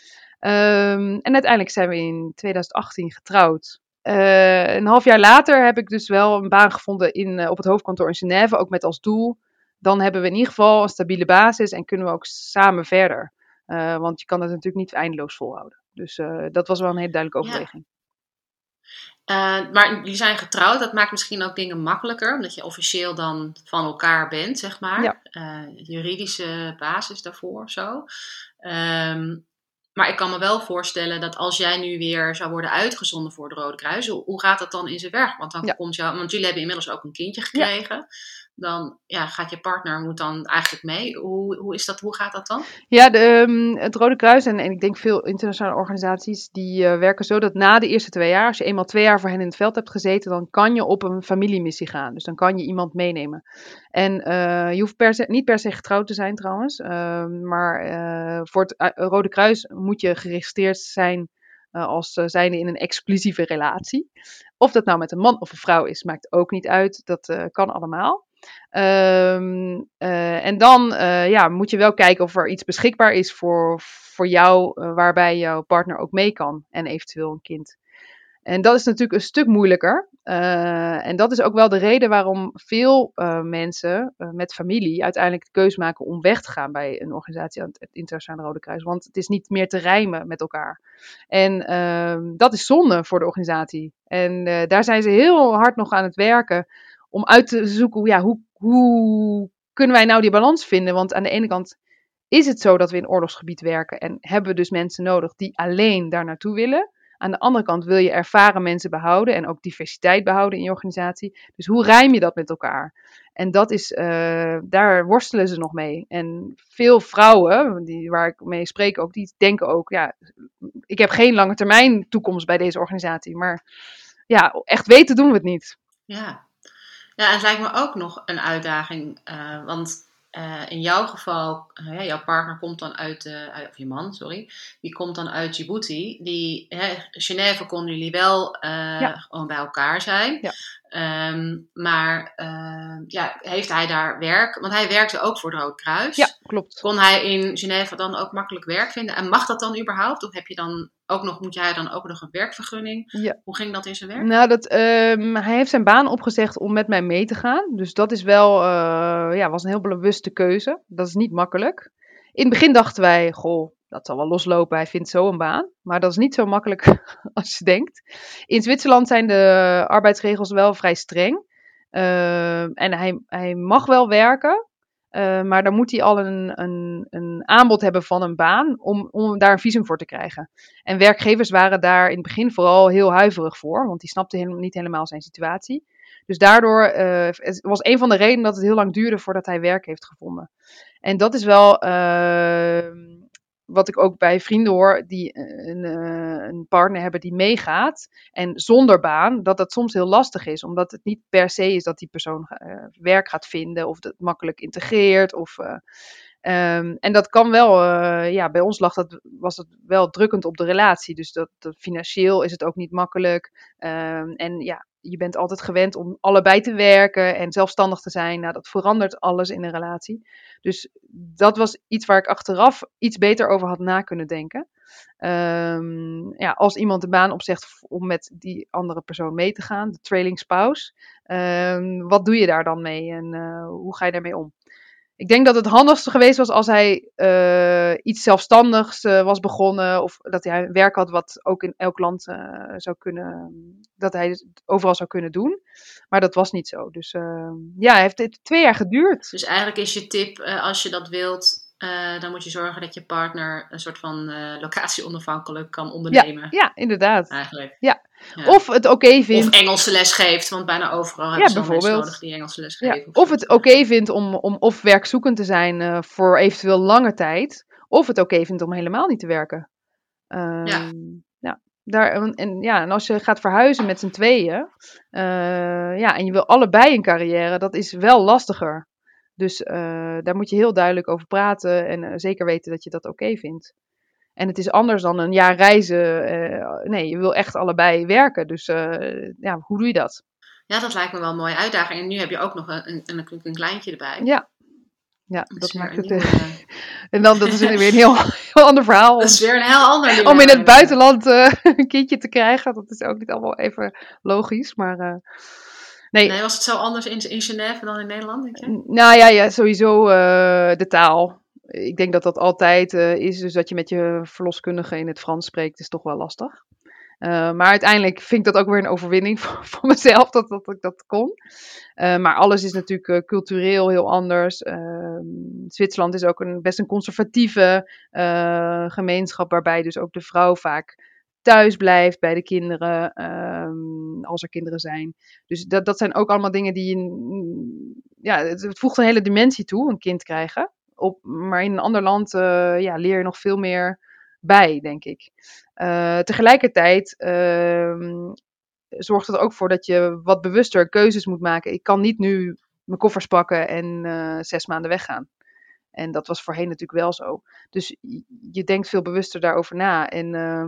[SPEAKER 2] Um, en uiteindelijk zijn we in twintig achttien getrouwd. Uh, een half jaar later heb ik dus wel een baan gevonden in, uh, op het hoofdkantoor in Genève, ook met als doel. Dan hebben we in ieder geval een stabiele basis en kunnen we ook samen verder. Uh, want je kan het natuurlijk niet eindeloos volhouden. Dus uh, dat was wel een hele duidelijke overweging.
[SPEAKER 3] Uh, maar jullie zijn getrouwd, dat maakt misschien ook dingen makkelijker, omdat je officieel dan van elkaar bent, zeg maar.
[SPEAKER 2] Ja.
[SPEAKER 3] Uh, juridische basis daarvoor of zo. Um, maar ik kan me wel voorstellen dat als jij nu weer zou worden uitgezonden voor het Rode Kruis, hoe, hoe gaat dat dan in zijn werk? Want dan
[SPEAKER 2] ja.
[SPEAKER 3] komt jou, want jullie hebben inmiddels ook een kindje gekregen. Ja. Dan ja, gaat je partner moet dan eigenlijk mee. Hoe, hoe, is dat, hoe gaat dat dan?
[SPEAKER 2] Ja, de, um, het Rode Kruis en, en ik denk veel internationale organisaties die uh, werken zo dat na de eerste twee jaar, als je eenmaal twee jaar voor hen in het veld hebt gezeten, dan kan je op een familiemissie gaan. Dus dan kan je iemand meenemen. En uh, je hoeft per se, niet per se getrouwd te zijn trouwens, uh, maar uh, voor het uh, Rode Kruis moet je geregistreerd zijn uh, als uh, zijnde in een exclusieve relatie. Of dat nou met een man of een vrouw is, maakt ook niet uit. Dat uh, kan allemaal. Um, uh, en dan uh, ja, moet je wel kijken of er iets beschikbaar is voor, voor jou, uh, waarbij jouw partner ook mee kan en eventueel een kind. En dat is natuurlijk een stuk moeilijker. Uh, en dat is ook wel de reden waarom veel uh, mensen uh, met familie uiteindelijk de keuze maken om weg te gaan bij een organisatie aan het Internationale Rode Kruis. Want het is niet meer te rijmen met elkaar. En uh, dat is zonde voor de organisatie. En uh, daar zijn ze heel hard nog aan het werken om uit te zoeken, ja, hoe, hoe kunnen wij nou die balans vinden? Want aan de ene kant is het zo dat we in oorlogsgebied werken en hebben we dus mensen nodig die alleen daar naartoe willen. Aan de andere kant wil je ervaren mensen behouden en ook diversiteit behouden in je organisatie. Dus hoe rijm je dat met elkaar? En dat is, uh, daar worstelen ze nog mee. En veel vrouwen, die, waar ik mee spreek ook, die denken ook, ja, ik heb geen lange termijn toekomst bij deze organisatie. Maar ja, echt weten doen we het niet.
[SPEAKER 3] Ja. Ja, en het lijkt me ook nog een uitdaging, uh, want uh, in jouw geval, uh, jouw partner komt dan uit, uh, of je man, sorry, die komt dan uit Djibouti. Die, uh, Genève konden jullie wel uh, ja. gewoon bij elkaar zijn.
[SPEAKER 2] Ja.
[SPEAKER 3] Um, maar uh, ja, heeft hij daar werk? Want hij werkte ook voor het Rode Kruis.
[SPEAKER 2] Ja, klopt.
[SPEAKER 3] Kon hij in Genève dan ook makkelijk werk vinden? En mag dat dan überhaupt? Of heb je dan ook nog, moet jij dan ook nog een werkvergunning?
[SPEAKER 2] Ja.
[SPEAKER 3] Hoe ging dat in zijn werk?
[SPEAKER 2] Nou, dat, um, hij heeft zijn baan opgezegd om met mij mee te gaan. Dus dat is wel, uh, ja, was een heel bewuste keuze. Dat is niet makkelijk. In het begin dachten wij, goh, dat zal wel loslopen, hij vindt zo een baan. Maar dat is niet zo makkelijk als je denkt. In Zwitserland zijn de arbeidsregels wel vrij streng. Uh, en hij, hij mag wel werken. Uh, maar dan moet hij al een, een, een aanbod hebben van een baan om, om daar een visum voor te krijgen. En werkgevers waren daar in het begin vooral heel huiverig voor. Want die snapten helemaal, niet helemaal zijn situatie. Dus daardoor uh, het was een van de redenen dat het heel lang duurde voordat hij werk heeft gevonden. En dat is wel uh, wat ik ook bij vrienden hoor die een, uh, een partner hebben die meegaat. En zonder baan, dat dat soms heel lastig is. Omdat het niet per se is dat die persoon uh, werk gaat vinden of het makkelijk integreert. Of, uh, um, en dat kan wel, uh, ja, bij ons lag dat, was het wel drukkend op de relatie. Dus dat, dat financieel is het ook niet makkelijk. Um, en ja, je bent altijd gewend om allebei te werken en zelfstandig te zijn. Nou, dat verandert alles in een relatie. Dus dat was iets waar ik achteraf iets beter over had na kunnen denken. Um, ja, als iemand de baan opzegt om met die andere persoon mee te gaan, de trailing spouse, um, wat doe je daar dan mee en uh, hoe ga je daarmee om? Ik denk dat het handigste geweest was als hij uh, iets zelfstandigs uh, was begonnen. Of dat hij werk had wat ook in elk land uh, zou kunnen. Dat hij het overal zou kunnen doen. Maar dat was niet zo. Dus uh, ja, het heeft twee jaar geduurd.
[SPEAKER 3] Dus eigenlijk is je tip, uh, als je dat wilt, uh, dan moet je zorgen dat je partner een soort van uh, locatie onafhankelijk kan ondernemen.
[SPEAKER 2] Ja, ja, inderdaad.
[SPEAKER 3] Eigenlijk.
[SPEAKER 2] Ja. Ja. Of het oké okay vindt.
[SPEAKER 3] Of Engelse les geeft, want bijna overal hebben ze ja, mensen nodig die Engelse les geven.
[SPEAKER 2] Ja. Of, of het oké okay vindt om, om of werkzoekend te zijn uh, voor eventueel lange tijd. Of het oké okay vindt om helemaal niet te werken. Um, ja. Ja. Daar, en, ja, en als je gaat verhuizen met z'n tweeën. Uh, ja, en je wil allebei een carrière, dat is wel lastiger. Dus uh, daar moet je heel duidelijk over praten. En uh, zeker weten dat je dat oké okay vindt. En het is anders dan een jaar reizen. Uh, nee, je wil echt allebei werken. Dus uh, ja, hoe doe je dat?
[SPEAKER 3] Ja, dat lijkt me wel een mooie uitdaging. En nu heb je ook nog een, een, een kleintje erbij.
[SPEAKER 2] Ja, ja dat, dat maakt het... Nieuwe... en dan, dat is weer een heel, heel ander verhaal.
[SPEAKER 3] Dat is weer een heel ander
[SPEAKER 2] Om in het buitenland uh, een kindje te krijgen. Dat is ook niet allemaal even logisch. Maar uh, nee.
[SPEAKER 3] nee, was het zo anders in, in Genève dan in Nederland, denk je?
[SPEAKER 2] Nou ja, ja sowieso uh, de taal. Ik denk dat dat altijd uh, is, dus dat je met je verloskundige in het Frans spreekt, is toch wel lastig. Uh, maar uiteindelijk vind ik dat ook weer een overwinning voor, voor mezelf, dat, dat ik dat kon. Uh, maar alles is natuurlijk uh, cultureel heel anders. Uh, Zwitserland is ook een, best een conservatieve uh, gemeenschap, waarbij dus ook de vrouw vaak thuis blijft bij de kinderen, um, als er kinderen zijn. Dus dat, dat zijn ook allemaal dingen die je, ja, het, het voegt een hele dimensie toe, een kind krijgen. Op, maar in een ander land uh, ja, leer je nog veel meer bij, denk ik. Uh, tegelijkertijd uh, zorgt het er ook voor dat je wat bewuster keuzes moet maken. Ik kan niet nu mijn koffers pakken en uh, zes maanden weggaan. En dat was voorheen natuurlijk wel zo. Dus je denkt veel bewuster daarover na. En uh,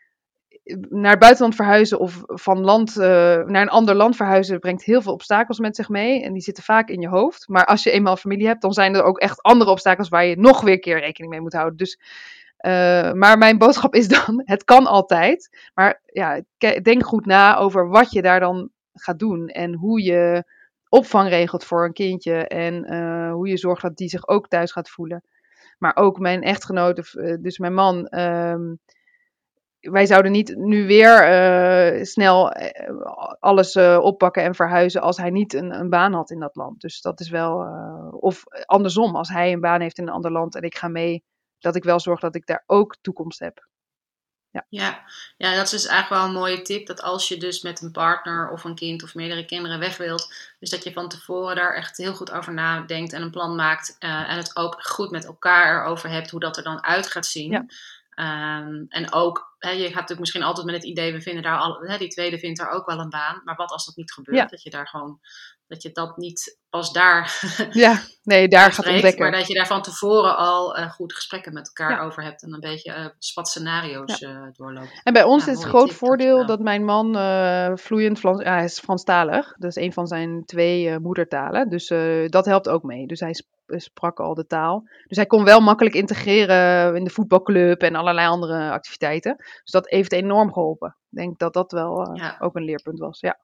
[SPEAKER 2] naar het buitenland verhuizen of van land uh, naar een ander land verhuizen brengt heel veel obstakels met zich mee. En die zitten vaak in je hoofd. Maar als je eenmaal familie hebt, dan zijn er ook echt andere obstakels waar je nog weer een keer rekening mee moet houden. Dus, uh, maar mijn boodschap is dan, het kan altijd. Maar ja, denk goed na over wat je daar dan gaat doen. En hoe je opvang regelt voor een kindje. En uh, hoe je zorgt dat die zich ook thuis gaat voelen. Maar ook mijn echtgenoot, dus mijn man... Um, wij zouden niet nu weer uh, snel alles uh, oppakken en verhuizen als hij niet een, een baan had in dat land. Dus dat is wel, uh, of andersom, als hij een baan heeft in een ander land en ik ga mee, dat ik wel zorg dat ik daar ook toekomst heb. Ja.
[SPEAKER 3] Ja. ja, dat is dus eigenlijk wel een mooie tip, dat als je dus met een partner of een kind of meerdere kinderen weg wilt, dus dat je van tevoren daar echt heel goed over nadenkt en een plan maakt uh, en het ook goed met elkaar erover hebt hoe dat er dan uit gaat zien. Ja. Um, en ook, hè, je gaat natuurlijk misschien altijd met het idee, we vinden daar al, hè, die tweede vindt daar ook wel een baan. Maar wat als dat niet gebeurt? Ja. Dat je daar gewoon, dat je dat niet pas daar,
[SPEAKER 2] ja, nee, daar gaat ontdekken.
[SPEAKER 3] Maar dat je daar van tevoren al uh, goed gesprekken met elkaar ja. over hebt en een beetje uh, wat scenario's ja. uh, doorloopt.
[SPEAKER 2] En bij ons ja, is het een groot tip, voordeel dat mijn man uh, vloeiend Frans, ja, hij is Franstalig. Dat is een van zijn twee uh, moedertalen. Dus uh, dat helpt ook mee. Dus hij sp- sprak al de taal. Dus hij kon wel makkelijk integreren in de voetbalclub en allerlei andere activiteiten. Dus dat heeft enorm geholpen. Ik denk dat dat wel uh, ja. ook een leerpunt was. Ja.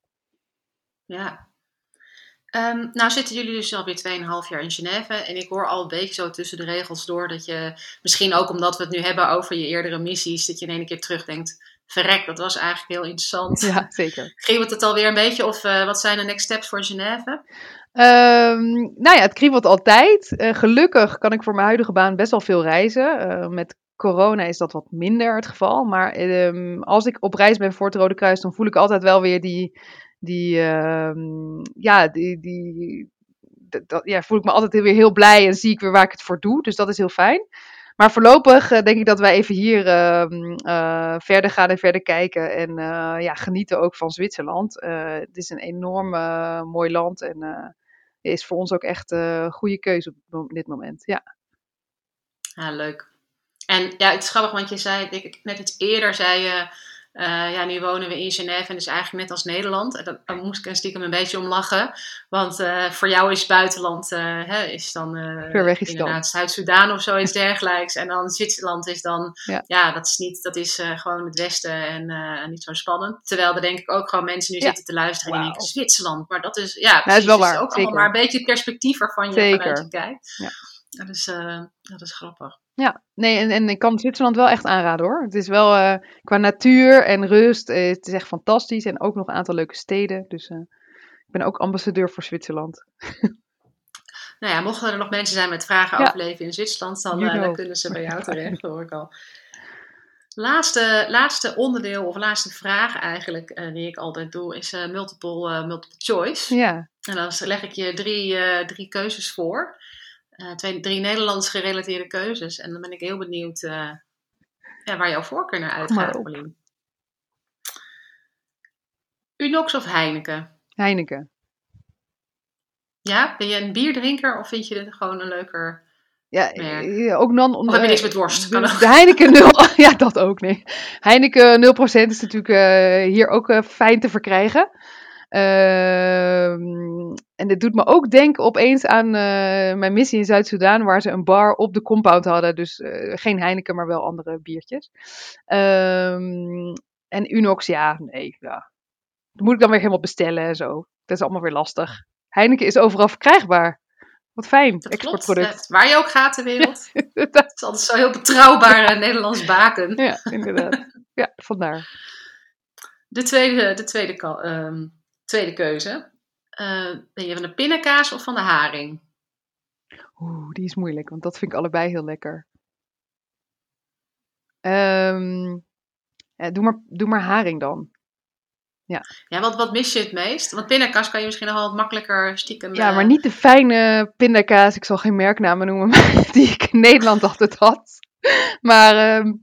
[SPEAKER 3] Ja. Um, nou zitten jullie dus alweer twee komma vijf jaar in Genève. En ik hoor al een beetje zo tussen de regels door dat je, misschien ook omdat we het nu hebben over je eerdere missies, dat je in één keer terugdenkt, verrek, dat was eigenlijk heel interessant.
[SPEAKER 2] Ja, zeker.
[SPEAKER 3] Kriebelt het alweer een beetje of uh, wat zijn de next steps voor Genève?
[SPEAKER 2] Um, nou ja, het kriebelt altijd. Uh, gelukkig kan ik voor mijn huidige baan best wel veel reizen. Uh, met corona is dat wat minder het geval. Maar um, als ik op reis ben voor het Rode Kruis, dan voel ik altijd wel weer die... Die, uh, ja, die, die dat, ja, voel ik me altijd weer heel blij en zie ik weer waar ik het voor doe. Dus dat is heel fijn. Maar voorlopig uh, denk ik dat wij even hier uh, uh, verder gaan en verder kijken. En uh, ja, genieten ook van Zwitserland. Uh, het is een enorm uh, mooi land en uh, is voor ons ook echt een uh, goede keuze op dit moment. Ja.
[SPEAKER 3] Ja, leuk. En ja, het is grappig, want je zei, denk ik, net iets eerder zei je... Uh, ja, nu wonen we in Genève en dus eigenlijk net als Nederland. En daar moest ik stiekem een beetje om lachen. Want uh, voor jou is buitenland, uh, hè, is dan uh,
[SPEAKER 2] Ver weg is
[SPEAKER 3] inderdaad Zuid-Soedan of zoiets dergelijks. En dan Zwitserland is dan, ja, ja dat is, niet, dat is uh, gewoon het Westen en uh, niet zo spannend. Terwijl er denk ik ook gewoon mensen nu ja. zitten te luisteren en wow. denken, Zwitserland. Maar dat is, ja, precies,
[SPEAKER 2] nou, dat is, wel
[SPEAKER 3] is
[SPEAKER 2] waar.
[SPEAKER 3] ook allemaal maar een beetje het perspectief waarvan je
[SPEAKER 2] Zeker.
[SPEAKER 3] vanuit je kijkt.
[SPEAKER 2] Ja.
[SPEAKER 3] Dat is, uh, dat is grappig.
[SPEAKER 2] Ja, nee, en, en ik kan Zwitserland wel echt aanraden hoor. Het is wel uh, qua natuur en rust, uh, het is echt fantastisch. En ook nog een aantal leuke steden. Dus uh, ik ben ook ambassadeur voor Zwitserland.
[SPEAKER 3] Nou ja, mochten er nog mensen zijn met vragen ja. over leven in Zwitserland, dan, uh, dan kunnen ze bij jou terecht, hoor ik al. Laatste, laatste onderdeel of laatste vraag eigenlijk, uh, die ik altijd doe, is uh, multiple, uh, multiple choice.
[SPEAKER 2] Ja.
[SPEAKER 3] En dan leg ik je drie, uh, drie keuzes voor. Uh, twee, drie Nederlands gerelateerde keuzes. En dan ben ik heel benieuwd uh, ja, waar jouw voorkeur naar uitgaat, Paulien. Unox of Heineken?
[SPEAKER 2] Heineken.
[SPEAKER 3] Ja? Ben je een bierdrinker of vind je dit gewoon een leuker
[SPEAKER 2] ja,
[SPEAKER 3] merk?
[SPEAKER 2] Ook dan,
[SPEAKER 3] of heb je niks met worst?
[SPEAKER 2] De, de Heineken nul. Ja, dat ook, nee. Heineken nul procent is natuurlijk uh, hier ook uh, fijn te verkrijgen. Uh, en dit doet me ook denken opeens aan uh, mijn missie in Zuid-Soedan, waar ze een bar op de compound hadden. Dus uh, geen Heineken, maar wel andere biertjes. Uh, en Unox, ja, nee. Ja. Dat moet ik dan weer helemaal bestellen en zo. Dat is allemaal weer lastig. Heineken is overal verkrijgbaar. Wat fijn,
[SPEAKER 3] dat
[SPEAKER 2] exportproduct.
[SPEAKER 3] Klopt, waar je ook gaat ter wereld. Dat is altijd zo heel betrouwbaar Nederlands baken.
[SPEAKER 2] Ja, inderdaad. Ja, vandaar.
[SPEAKER 3] De tweede, de tweede, um, tweede keuze. Uh, ben je van de pindakaas of van de haring?
[SPEAKER 2] Oeh, die is moeilijk, want dat vind ik allebei heel lekker. Um, ja, doe, maar, doe maar haring dan. Ja,
[SPEAKER 3] ja wat, wat mis je het meest? Want pindakaas kan je misschien nog wel wat makkelijker stiekem...
[SPEAKER 2] Ja, maar niet de fijne pindakaas, ik zal geen merknamen noemen, maar die ik in Nederland altijd had. Maar um,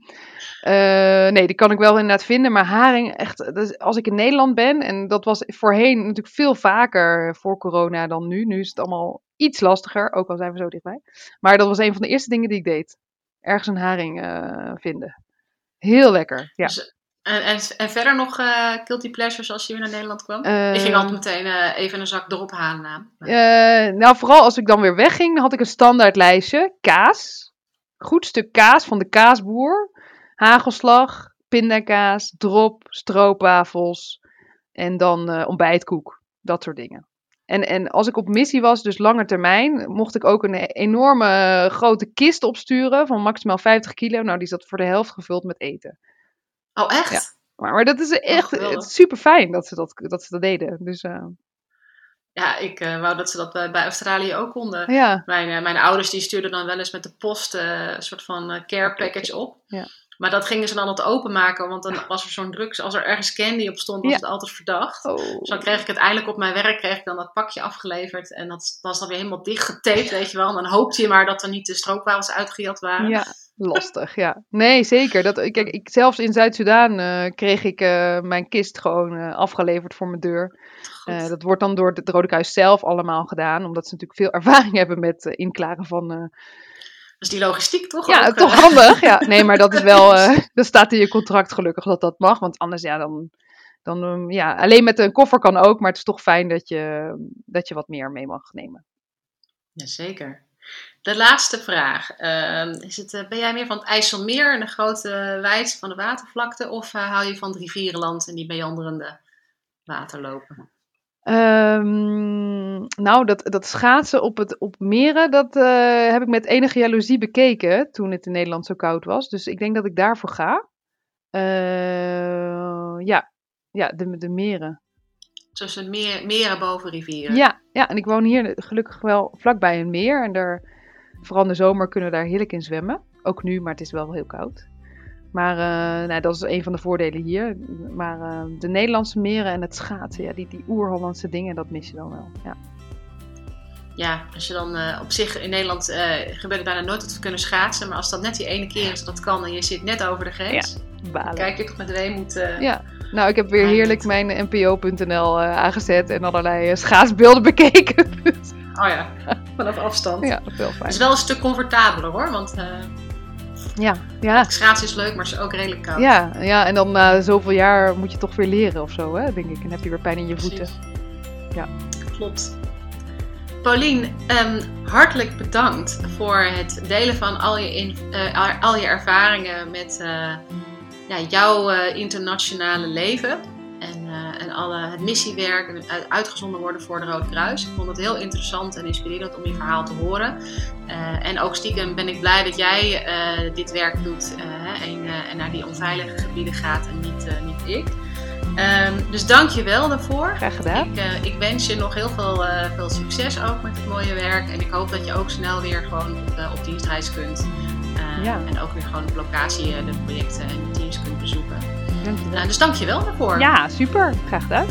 [SPEAKER 2] uh, nee, die kan ik wel inderdaad vinden. Maar haring, echt, dus als ik in Nederland ben, en dat was voorheen natuurlijk veel vaker voor corona dan nu. Nu is het allemaal iets lastiger, ook al zijn we zo dichtbij. Maar dat was een van de eerste dingen die ik deed. Ergens een haring uh, vinden. Heel lekker, ja.
[SPEAKER 3] Dus, en, en, en verder nog uh, guilty pleasures als je weer naar Nederland kwam? Uh, ik ging altijd meteen uh, even een zak erop halen.
[SPEAKER 2] Uh, nou, vooral als ik dan weer wegging, had ik een standaard lijstje. Kaas. Goed stuk kaas van de kaasboer. Hagelslag, pindakaas, drop, stroopwafels. En dan uh, ontbijtkoek. Dat soort dingen. En, en als ik op missie was, dus lange termijn, mocht ik ook een enorme grote kist opsturen van maximaal vijftig kilo. Nou, die zat voor de helft gevuld met eten.
[SPEAKER 3] Oh, echt?
[SPEAKER 2] Ja. Maar, maar dat is echt oh, super fijn dat ze dat, dat, ze dat deden. Dus, uh...
[SPEAKER 3] Ja, ik uh, wou dat ze dat bij, bij Australië ook konden.
[SPEAKER 2] Ja.
[SPEAKER 3] Mijn, uh, mijn ouders die stuurden dan wel eens met de post uh, een soort van uh, care package op.
[SPEAKER 2] Ja.
[SPEAKER 3] Maar dat gingen ze dan altijd openmaken, want dan was er zo'n druk. Als er ergens candy op stond, was ja. het altijd verdacht.
[SPEAKER 2] Oh.
[SPEAKER 3] Dus dan kreeg ik uiteindelijk op mijn werk kreeg ik dan dat pakje afgeleverd. En dat was dan weer helemaal dichtgetaped, weet je wel. En dan hoopte je maar dat er niet de stroopwafels uitgejat waren.
[SPEAKER 2] Ja, lastig, ja. Nee, zeker. Dat, kijk, ik, zelfs in Zuid-Soedan uh, kreeg ik uh, mijn kist gewoon uh, afgeleverd voor mijn deur. Uh, dat wordt dan door het Rode Kruis zelf allemaal gedaan. Omdat ze natuurlijk veel ervaring hebben met uh, inklaren van... Uh,
[SPEAKER 3] Dus die logistiek toch?
[SPEAKER 2] Ja,
[SPEAKER 3] ook,
[SPEAKER 2] toch uh... handig. Ja. Nee, maar dat is wel... Uh, dat staat in je contract gelukkig dat dat mag. Want anders, ja, dan... dan um, ja, alleen met een koffer kan ook. Maar het is toch fijn dat je, dat je wat meer mee mag nemen.
[SPEAKER 3] Jazeker. De laatste vraag. Uh, is het, uh, ben jij meer van het IJsselmeer en de grote wijdte van de watervlakte? Of uh, hou je van het rivierenland en die meanderende waterlopen?
[SPEAKER 2] Um, nou, dat, dat schaatsen op, het, op meren, dat uh, heb ik met enige jaloezie bekeken toen het in Nederland zo koud was. Dus ik denk dat ik daarvoor ga. Uh, ja, ja de, de meren.
[SPEAKER 3] Tussen meer, meren boven rivieren?
[SPEAKER 2] Ja, ja, en ik woon hier gelukkig wel vlakbij een meer. En daar, vooral in de zomer kunnen we daar heerlijk in zwemmen. Ook nu, maar het is wel heel koud. Maar uh, nou, dat is een van de voordelen hier. Maar uh, de Nederlandse meren en het schaatsen, ja, die, die oer-Hollandse dingen, dat mis je dan wel. Ja,
[SPEAKER 3] ja als je dan uh, op zich in Nederland uh, gebeurt het bijna nooit dat we kunnen schaatsen. Maar als dat net die ene keer is dat dat kan en je zit net over de grens.
[SPEAKER 2] Ja, balen.
[SPEAKER 3] Kijk je toch met weemoed. Uh,
[SPEAKER 2] ja, nou ik heb weer heerlijk mijn N P O punt N L uh, aangezet en allerlei uh, schaatsbeelden bekeken.
[SPEAKER 3] Oh ja, vanaf afstand.
[SPEAKER 2] Ja, dat is wel fijn.
[SPEAKER 3] Het is wel een stuk comfortabeler hoor, want... Uh,
[SPEAKER 2] Ja, ja.
[SPEAKER 3] Schaatsen is leuk, maar het is ook redelijk koud.
[SPEAKER 2] Ja, ja, en dan na uh, zoveel jaar moet je toch weer leren of zo, hè, denk ik. En heb je weer pijn in je voeten.
[SPEAKER 3] Precies.
[SPEAKER 2] Ja.
[SPEAKER 3] Klopt. Paulien, um, hartelijk bedankt voor het delen van al je, in, uh, al je ervaringen met uh, ja, jouw uh, internationale leven. En, uh, en alle, het missiewerk en het uitgezonden worden voor de Rode Kruis. Ik vond het heel interessant en inspirerend om je verhaal te horen. Uh, en ook stiekem ben ik blij dat jij uh, dit werk doet uh, en, uh, en naar die onveilige gebieden gaat en niet, uh, niet ik. Um, dus dank je wel daarvoor.
[SPEAKER 2] Graag gedaan.
[SPEAKER 3] Ik, uh, ik wens je nog heel veel, uh, veel succes ook met het mooie werk. En ik hoop dat je ook snel weer gewoon op, uh, op dienstreis kunt. Uh, ja. En ook weer gewoon op locatie uh, de projecten en de teams kunt bezoeken.
[SPEAKER 2] Dankjewel.
[SPEAKER 3] Uh, dus dank je wel daarvoor.
[SPEAKER 2] Ja, super. Graag gedaan.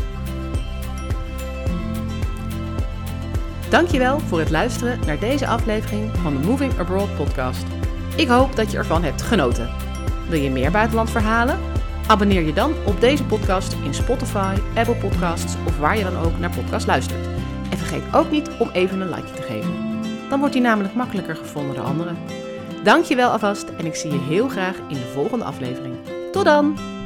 [SPEAKER 1] Dankjewel voor het luisteren naar deze aflevering van de Moving Abroad podcast. Ik hoop dat je ervan hebt genoten. Wil je meer buitenlandverhalen? Abonneer je dan op deze podcast in Spotify, Apple Podcasts of waar je dan ook naar podcast luistert. En vergeet ook niet om even een like te geven. Dan wordt die namelijk makkelijker gevonden door anderen. Dankjewel alvast en ik zie je heel graag in de volgende aflevering. Tot dan!